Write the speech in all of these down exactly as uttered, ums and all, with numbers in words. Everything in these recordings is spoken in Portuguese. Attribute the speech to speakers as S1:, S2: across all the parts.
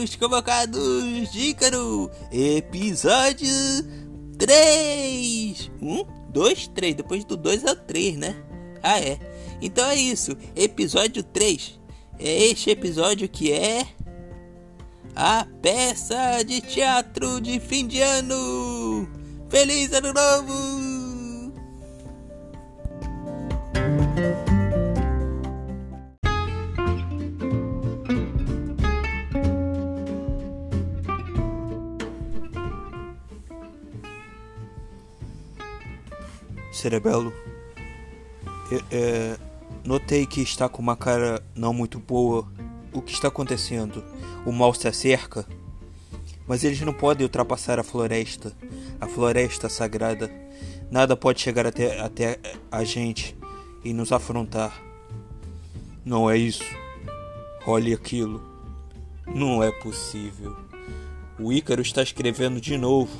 S1: Convocados, convocados de Ícaro, episódio três. Um, dois, três. Depois do dois é o três, né? Ah, é. Então é isso. Episódio três. É este episódio que é a peça de teatro de fim de ano. Feliz Ano Novo!
S2: Cerebelo, é, é, notei que está com uma cara não muito boa. O que está acontecendo? O mal se acerca? Mas eles não podem ultrapassar a floresta, a floresta sagrada. Nada pode chegar até, até a gente e nos afrontar. Não é isso. Olhe aquilo. Não é possível. O Ícaro está escrevendo de novo.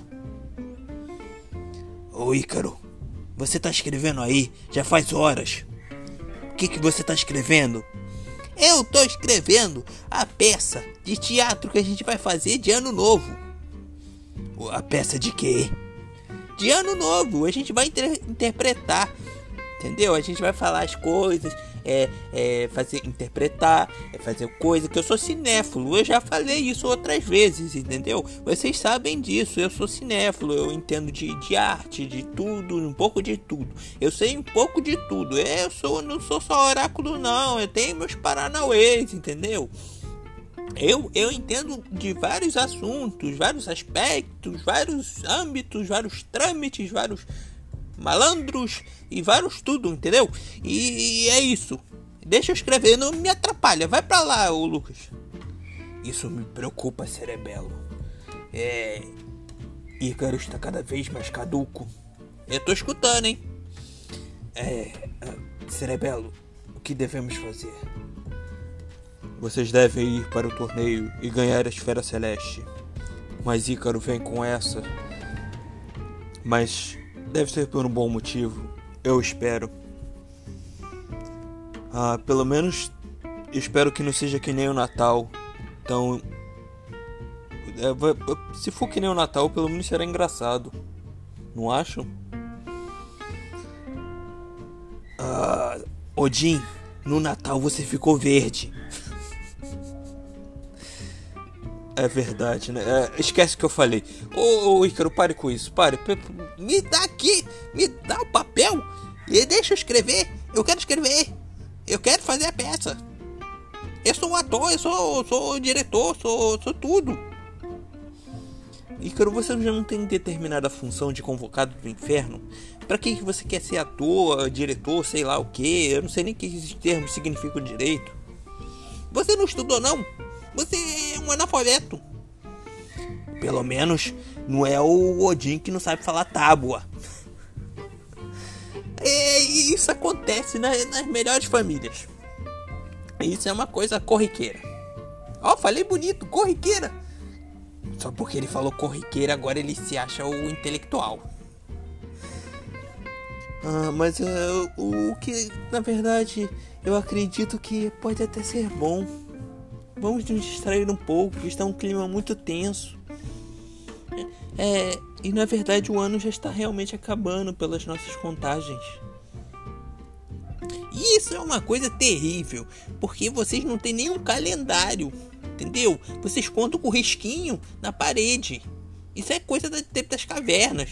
S2: Ô Ícaro, você tá escrevendo aí já faz horas. O que que você tá escrevendo?
S1: Eu tô escrevendo a peça de teatro que a gente vai fazer de ano novo.
S2: A peça de quê?
S1: De ano novo. A gente vai inter- interpretar. Entendeu? A gente vai falar as coisas, é, é fazer, interpretar, é fazer coisa que eu sou cinéfilo. Eu já falei isso outras vezes, entendeu? Vocês sabem disso, eu sou cinéfilo, eu entendo de, de arte, de tudo, um pouco de tudo. Eu sei um pouco de tudo. Eu sou, não sou só oráculo, não. Eu tenho meus paranauês, entendeu? Eu, eu entendo de vários assuntos, vários aspectos, vários âmbitos, vários trâmites, vários malandros e vários tudo, entendeu? E, e é isso. Deixa eu escrever, não me atrapalha. Vai pra lá, ô Lucas.
S2: Isso me preocupa, Cerebelo. É... Ícaro está cada vez mais caduco.
S1: Eu tô escutando, hein?
S2: É... Cerebelo, o que devemos fazer? Vocês devem ir para o torneio e ganhar a Esfera Celeste. Mas Ícaro vem com essa. Mas deve ser por um bom motivo. Eu espero. Ah, pelo menos espero que não seja que nem o Natal. Então, é, se for que nem o Natal, pelo menos será engraçado. Não acham? Ah, Odin, no Natal você ficou verde. É verdade, né? É, esquece o que eu falei. Ô, ô Ícaro, pare com isso. Pare.
S1: Me dá aqui. Me dá o papel. E deixa eu escrever. Eu quero escrever. Eu quero fazer a peça. Eu sou um ator, eu sou, sou diretor, sou, sou tudo.
S2: Ícaro, você já não tem determinada função de convocado do inferno? Pra que você quer ser ator, diretor, sei lá o que? Eu não sei nem o que esses termos significam direito.
S1: Você não estudou, não? Você é um analfabeto.
S2: Pelo menos não é o Odin que não sabe falar tábua.
S1: É, isso acontece nas, nas melhores famílias. Isso é uma coisa corriqueira. Ó, oh, falei bonito, corriqueira.
S2: Só porque ele falou corriqueira, agora ele se acha o intelectual. Ah, mas uh, o que, na verdade, eu acredito que pode até ser bom. Vamos nos distrair um pouco, está um clima muito tenso. É, e na verdade o ano já está realmente acabando pelas nossas contagens.
S1: Isso é uma coisa terrível, porque vocês não têm nenhum calendário, entendeu? Vocês contam com o risquinho na parede. Isso é coisa do tempo das cavernas.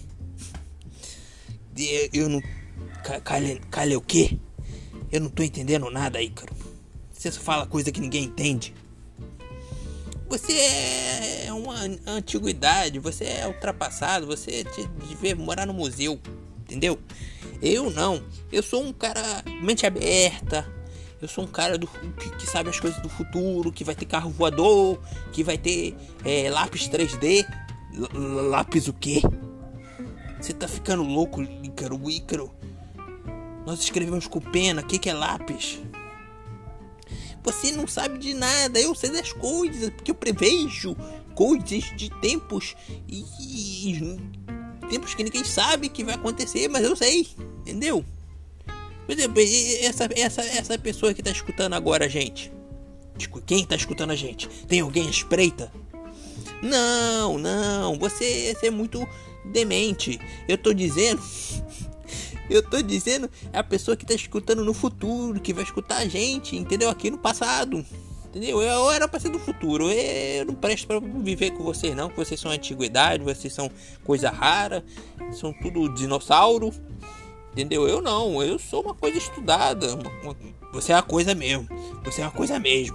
S2: Eu, eu não... Calha, calha o quê? Eu não tô entendendo nada, Ícaro. Você só fala coisa que ninguém entende.
S1: Você é uma antiguidade, você é ultrapassado, você devia morar no museu, entendeu? Eu não, eu sou um cara mente aberta, eu sou um cara do, que, que sabe as coisas do futuro, que vai ter carro voador, que vai ter é, lápis três D.
S2: L- lápis o quê?
S1: Você tá ficando louco, Ícaro, Ícaro. Nós escrevemos com pena, o que, que é lápis? Você não sabe de nada, eu sei das coisas, porque eu prevejo coisas de tempos e, e, e tempos que ninguém sabe que vai acontecer, mas eu sei, entendeu? Por exemplo, essa, essa, essa pessoa que tá escutando agora, gente, Quem tá escutando a gente? Tem alguém à espreita? Não, não, você, você é muito demente. Eu tô dizendo... Eu tô dizendo é a pessoa que tá escutando no futuro, que vai escutar a gente, entendeu? Aqui no passado, entendeu? Eu era pra ser do futuro. Eu não presto pra viver com vocês não, que vocês são antiguidade, vocês são coisa rara, são tudo dinossauro, entendeu? Eu não, eu sou uma coisa estudada. Uma, uma, você é uma coisa mesmo, você é uma coisa mesmo.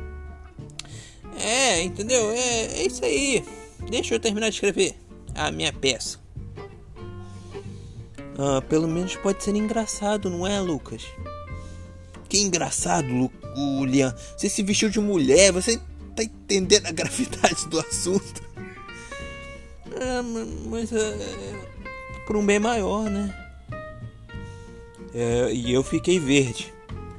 S1: É, entendeu? É, é isso aí. Deixa eu terminar de escrever a minha peça. Ah, pelo menos pode ser engraçado, não é, Lucas? Que engraçado, Lu- o Lian. Você se vestiu de mulher, você tá entendendo a gravidade do assunto? Ah, mas é, por um bem maior, né? É, e eu fiquei verde.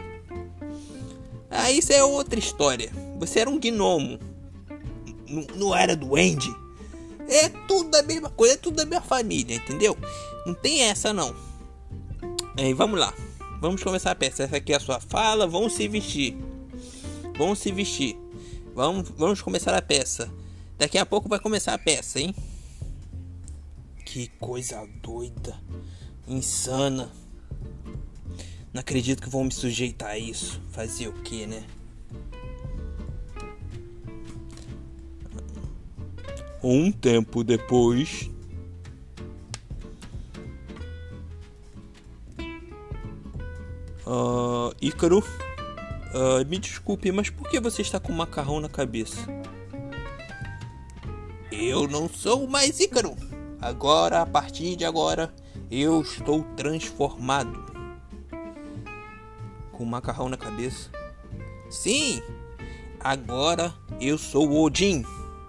S1: Ah, isso é outra história. Você era um gnomo. N- não era duende? É tudo da mesma coisa, é tudo da minha família, entendeu? Não tem essa não. Aí, vamos lá. Vamos começar a peça. Essa aqui é a sua fala. Vamos se vestir. Vamos se vestir. Vamos, vamos começar a peça. Daqui a pouco vai começar a peça, hein? Que coisa doida. Insana. Não acredito que vão me sujeitar a isso. Fazer o que, né? Um tempo depois... Uh, Ícaro, uh, me desculpe, mas por que você está com macarrão na cabeça? Eu não sou mais Ícaro. Agora, a partir de agora, eu estou transformado. Com macarrão na cabeça? Sim, agora eu sou o Odin.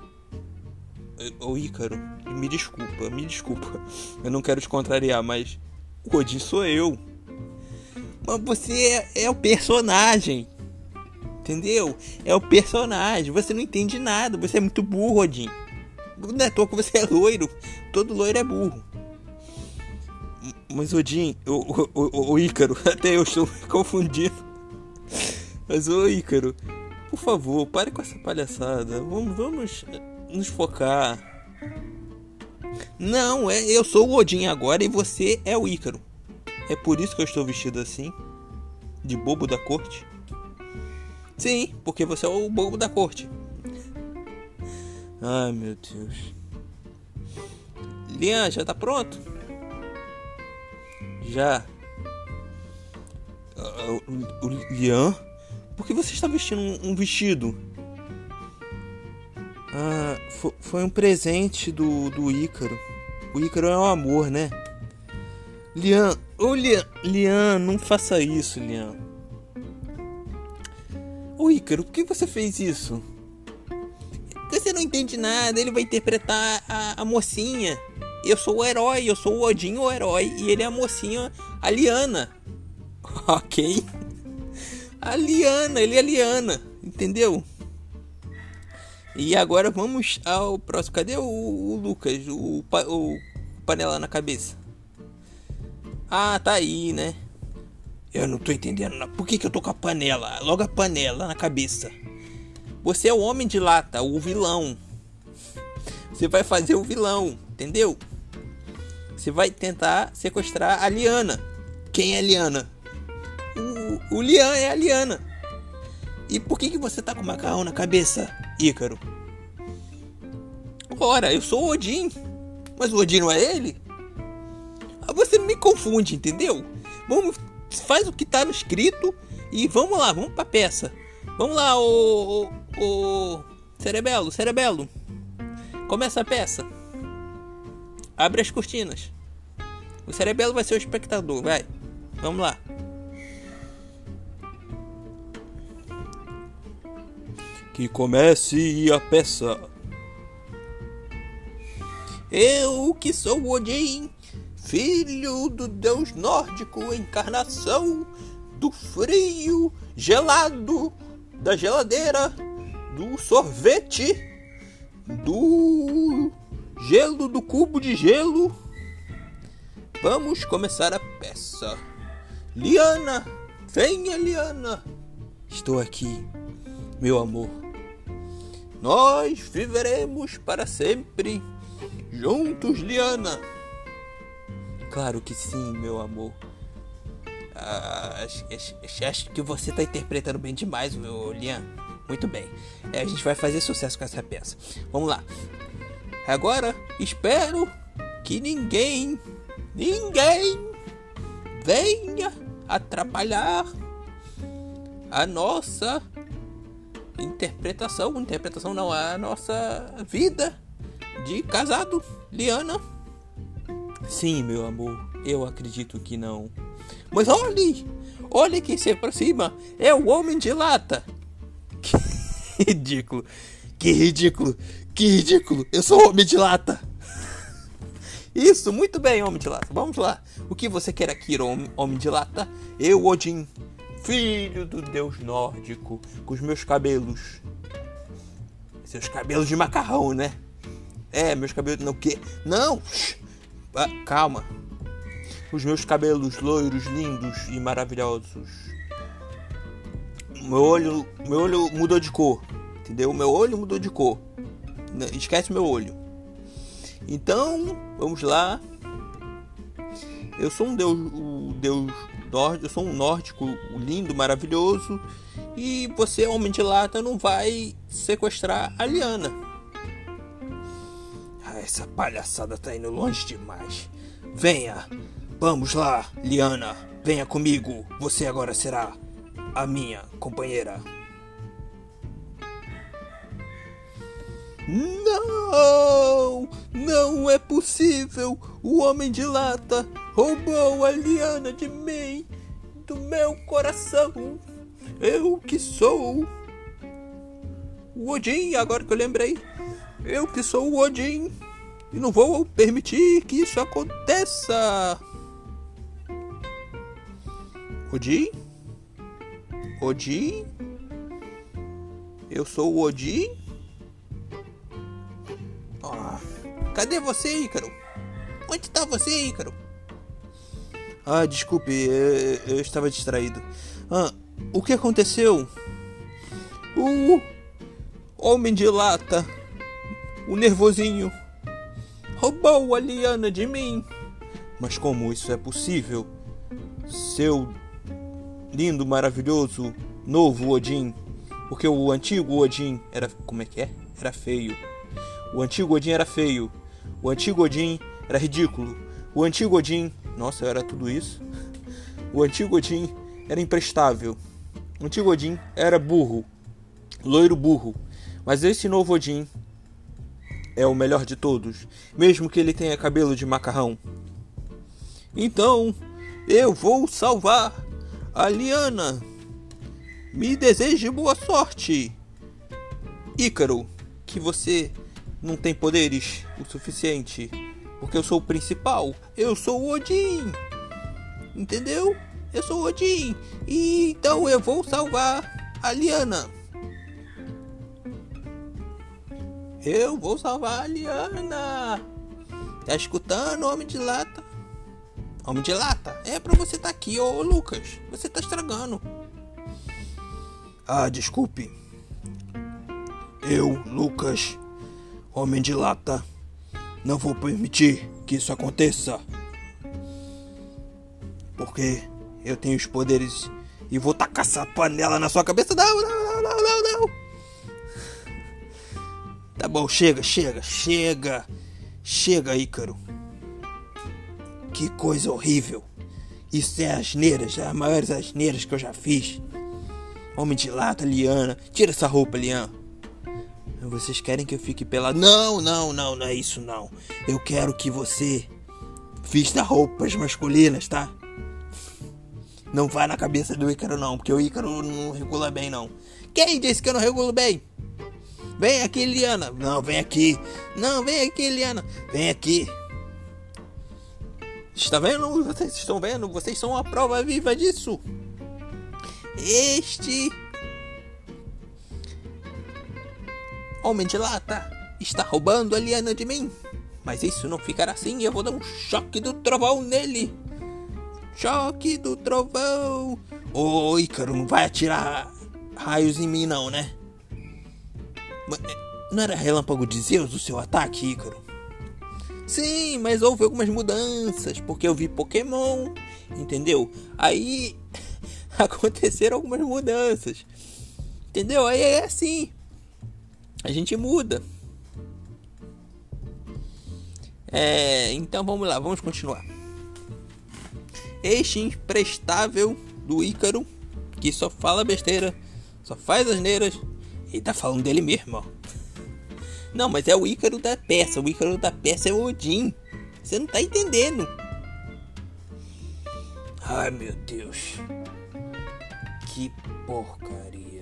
S1: Ô Ícaro, me desculpa, me desculpa. Eu não quero te contrariar, mas o Odin sou eu. Mas você é, é o personagem, entendeu? É o personagem, você não entende nada, você é muito burro, Odin. Não é à toa que você é loiro, todo loiro é burro. Mas Odin, o, o, o, o Ícaro, até eu estou me confundindo. Mas ô Ícaro, por favor, pare com essa palhaçada, vamos, vamos nos focar. Não, é, eu sou o Odin agora e você é o Ícaro. É por isso que eu estou vestido assim? De bobo da corte? Sim, porque você é o bobo da corte. Ai, meu Deus. Lian, já tá pronto? Já. Uh, o, o Lian? Por que você está vestindo um, um vestido? Ah, foi, foi um presente do, do Ícaro. O Ícaro é um amor, né? Lian, ô Lian, Lian, não faça isso, Lian. Ô Ícaro, por que você fez isso? Você não entende nada, ele vai interpretar a, a mocinha. Eu sou o herói, eu sou o Odin, o herói, e ele é a mocinha, a Liana. Ok? A Liana, ele é a Liana, entendeu? E agora vamos ao próximo. Cadê o, o Lucas, o, o panela na cabeça? Ah, tá aí, né? Eu não tô entendendo. Por que que eu tô com a panela? Logo a panela na cabeça. Você é o homem de lata, o vilão. Você vai fazer o vilão, entendeu? Você vai tentar sequestrar a Liana. Quem é a Liana? O, o Lian é a Liana. E por que que você tá com macarrão na cabeça, Ícaro? Ora, eu sou o Odin. Mas o Odin não é ele? Você não me confunde, entendeu? Vamos, faz o que tá no escrito e vamos lá, vamos pra peça. Vamos lá, ô, ô, ô Cerebelo, Cerebelo. Começa a peça. Abre as cortinas. O Cerebelo vai ser o espectador, vai. Vamos lá. Que comece a peça. Eu que sou o Odin, filho do deus nórdico, encarnação do frio gelado, da geladeira, do sorvete, do gelo, do cubo de gelo. Vamos começar a peça. Liana, venha, Liana. Estou aqui. meu amor. Nós viveremos para sempre juntos, Liana. Claro que sim, meu amor. Ah, acho, acho, acho que você está interpretando bem demais, meu Lian. Muito bem. É, a gente vai fazer sucesso com essa peça. Vamos lá. Agora, espero que ninguém, ninguém venha atrapalhar a nossa interpretação. Interpretação não, a nossa vida de casado, Liana. Sim, meu amor, eu acredito que não. Mas olhe, olhe quem se aproxima. É o Homem de Lata. Que ridículo, que ridículo, que ridículo. Eu sou o Homem de Lata. Isso, muito bem, Homem de Lata. Vamos lá. O que você quer aqui, Homem de Lata? Eu, Odin, filho do deus nórdico, com os meus cabelos. Seus cabelos de macarrão, né? É, meus cabelos... Não, o quê? Não! Ah, calma. Os meus cabelos loiros, lindos e maravilhosos. Meu olho, meu olho mudou de cor, entendeu? Meu olho mudou de cor. Esquece meu olho. Então, vamos lá. Eu sou um deus, o deus nórdico, eu sou um nórdico lindo, maravilhoso. E você, Homem de Lata, não vai sequestrar a Liana. Ah, essa palhaçada tá indo longe demais. Venha, vamos lá, Liana. Venha comigo. Você agora será a minha companheira. Não! Não é possível! O Homem de Lata roubou a Liana de mim, do meu coração. Eu que sou o Odin, agora que eu lembrei. Eu que sou o Odin e não vou permitir que isso aconteça. Odin? Odin? Eu sou o Odin? Ah, cadê você, Ícaro? Onde está você, Ícaro? Ah, desculpe, eu, eu estava distraído. Ah, o que aconteceu? O Homem de Lata, o nervosinho, roubou a Liana de mim. Mas como isso é possível? Seu lindo, maravilhoso, novo Odin. Porque o antigo Odin era... Como é que é? Era feio. O antigo Odin era feio. O antigo Odin era ridículo. O antigo Odin... Nossa, era tudo isso. O antigo Odin era imprestável. O antigo Odin era burro. Loiro burro. Mas esse novo Odin é o melhor de todos. Mesmo que ele tenha cabelo de macarrão. Então, eu vou salvar a Liana. Me deseje boa sorte. Ícaro, que você não tem poderes o suficiente. Porque eu sou o principal. Eu sou o Odin. Entendeu? Eu sou o Odin. E então eu vou salvar a Liana. Eu vou salvar a Liana. Tá escutando, Homem de Lata? Homem de Lata? É pra você tá aqui, ô Lucas. Você tá estragando. Ah, desculpe. Eu, Lucas, Homem de Lata, não vou permitir que isso aconteça. Porque eu tenho os poderes e vou tacar essa panela na sua cabeça. Não, não, não, não, não, não. Tá bom, chega, chega, chega. Chega, Ícaro. Que coisa horrível. Isso é asneiras, as maiores asneiras que eu já fiz. Homem de Lata, Liana. Tira essa roupa, Liana. Vocês querem que eu fique pelado? Não, não, não, não é isso não. Eu quero que você vista roupas masculinas, tá? Não vai na cabeça do Ícaro não, porque o Ícaro não regula bem não. Quem disse que eu não regulo bem? Vem aqui, Liana. Não, vem aqui. Não, vem aqui, Liana. Vem aqui. Está vendo? Vocês estão vendo? Vocês são a prova viva disso. Este Homem de Lata está roubando a Liana de mim. Mas isso não ficará assim. Eu vou dar um choque do trovão nele. Choque do trovão. Ô, Ícaro, não vai atirar raios em mim não, né? Não era Relâmpago de Zeus o seu ataque, Ícaro? Sim, mas houve algumas mudanças, porque eu vi Pokémon, entendeu? Aí aconteceram algumas mudanças, entendeu? Aí é assim, a gente muda. É, então vamos lá, vamos continuar. Este imprestável do Ícaro, que só fala besteira, só faz asneiras, e tá falando dele mesmo, ó. Não, mas é o Ícaro da peça, o Ícaro da peça é o Odin. Você não tá entendendo. Ai, meu Deus. Que porcaria.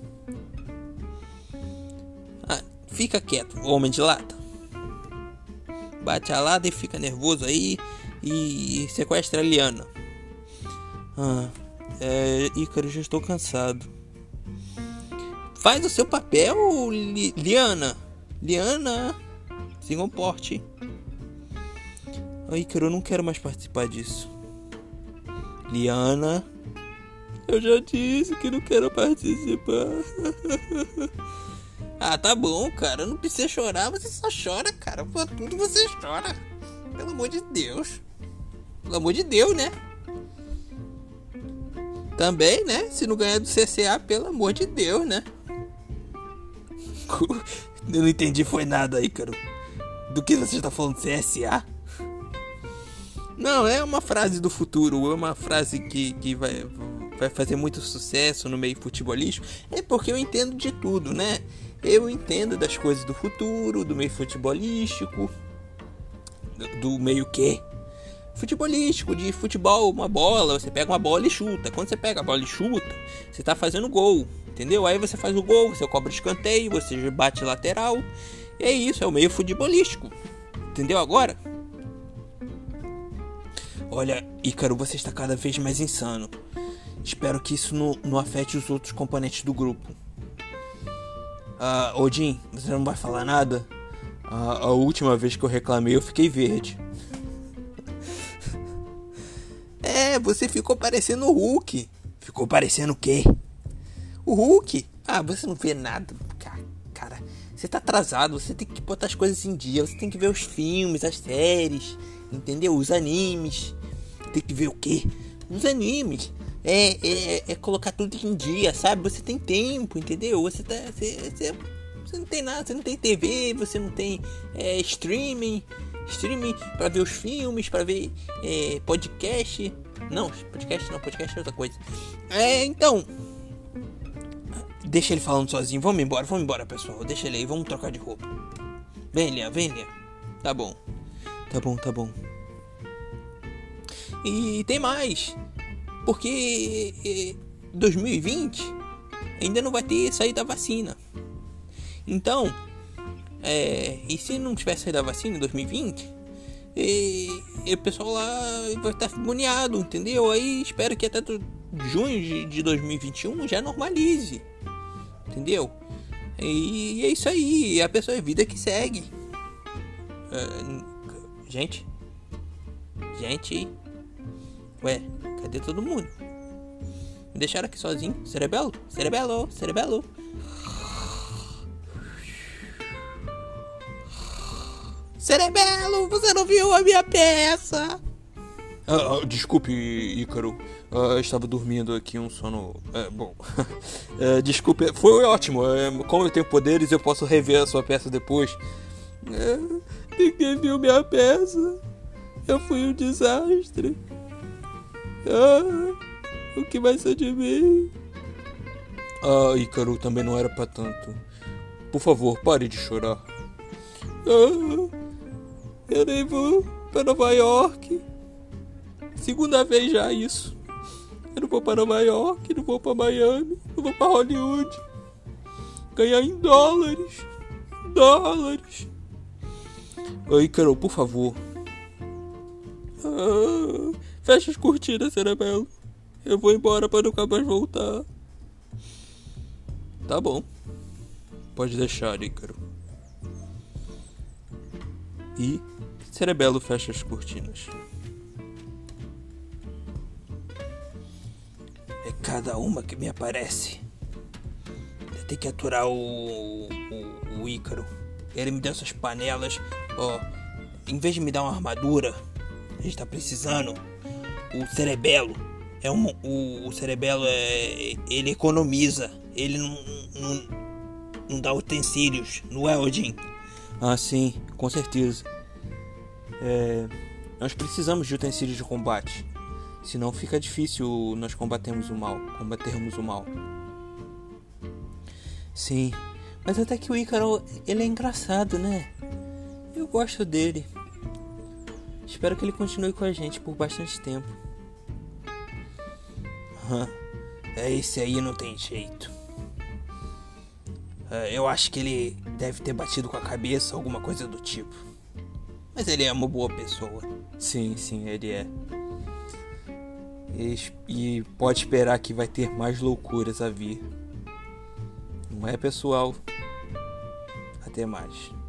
S1: Ah, fica quieto, homem de lata. Bate a lata e fica nervoso aí e sequestra a Liana. Ah, é, Ícaro, já estou cansado. Faz o seu papel, Li- Liana. Liana, se comporte. Ah, Ícaro, eu não quero mais participar disso. Liana, eu já disse que não quero participar. Ah, tá bom, cara. Não precisa chorar. Você só chora, cara. Por tudo você chora. Pelo amor de Deus. Pelo amor de Deus, né? Também, né? Se não ganhar do C C A, pelo amor de Deus, né? Eu não entendi foi nada aí, cara. Do que você está falando, C S A? Não, é uma frase do futuro. É uma frase que, que vai, vai fazer muito sucesso no meio futebolístico. É porque eu entendo de tudo, né? Eu entendo das coisas do futuro, do meio futebolístico, do, do meio quê? Futebolístico, de futebol, uma bola, você pega uma bola e chuta. Quando você pega a bola e chuta, você tá fazendo gol, entendeu? Aí você faz o gol, você cobra escanteio, você bate lateral. E é isso, é o meio futebolístico. Entendeu agora? Olha, Ícaro, você está cada vez mais insano. Espero que isso não, não afete os outros componentes do grupo. Ah, Odin, você não vai falar nada? Ah, a última vez que eu reclamei eu fiquei verde. É, você ficou parecendo o Hulk. Ficou parecendo o quê? O Hulk? Ah, você não vê nada. Cara, você tá atrasado. Você tem que botar as coisas em dia. Você tem que ver os filmes, as séries, entendeu? Os animes. Tem que ver o quê? Os animes. É, é, é colocar tudo em dia, sabe? Você tem tempo, entendeu? Você tá... Você, você, você não tem nada. Você não tem T V. Você não tem é, streaming. Streaming pra ver os filmes, pra ver é, podcast. Não, podcast não, podcast é outra coisa. É, então. Deixa ele falando sozinho. Vamos embora, vamos embora, pessoal. Deixa ele aí, vamos trocar de roupa. Vem, Lia, vem, Lia. Tá bom. Tá bom, tá bom. E tem mais. Porque é, dois mil e vinte ainda não vai ter saído a vacina. Então. É, e se não tiver saído a vacina em dois mil e vinte, e, e o pessoal lá vai estar agoniado, entendeu? Aí espero que até junho de, de dois mil e vinte e um já normalize, entendeu? E, e é isso aí, a pessoa é vida que segue. É, gente, gente, ué, cadê todo mundo? Me deixaram aqui sozinho, cerebelo, cerebelo, cerebelo. Cerebelo, você não viu a minha peça? Ah, ah, desculpe, Ícaro. Ah, eu estava dormindo aqui, um sono... É, bom... é, desculpe, foi ótimo. É, como eu tenho poderes, eu posso rever a sua peça depois. É, ninguém viu minha peça. Eu fui um desastre. Ah, o que vai ser de mim? Ah, Ícaro, também não era pra tanto. Por favor, pare de chorar. Ah... Eu nem vou para Nova York. Segunda vez já isso. Eu não vou para Nova York, não vou para Miami, não vou para Hollywood. Ganhar em dólares. Dólares. Oi, Carol, por favor. Ah, fecha as cortinas, cerebelo. Eu vou embora para nunca mais voltar. Tá bom. Pode deixar, Ícaro. E Cerebelo fecha as cortinas. É cada uma que me aparece. Tem que aturar o, o, o Ícaro. Ele me deu essas panelas. Ó, em vez de me dar uma armadura, a gente tá precisando. O Cerebelo é um, o, o Cerebelo é, ele economiza. Ele não, não, não dá utensílios, não é, Odin?
S2: Ah, sim, com certeza. É, nós precisamos de utensílios de combate. Senão fica difícil nós combatermos o mal. Combatermos o mal. Sim, mas até que o Ícaro, ele é engraçado, né? Eu gosto dele. Espero que ele continue com a gente por bastante tempo.
S1: É, esse aí não tem jeito. É, eu acho que ele deve ter batido com a cabeça, alguma coisa do tipo. Mas ele é uma boa pessoa.
S2: Sim, sim, ele é. E, e pode esperar que vai ter mais loucuras a vir. Não é, pessoal? Até mais.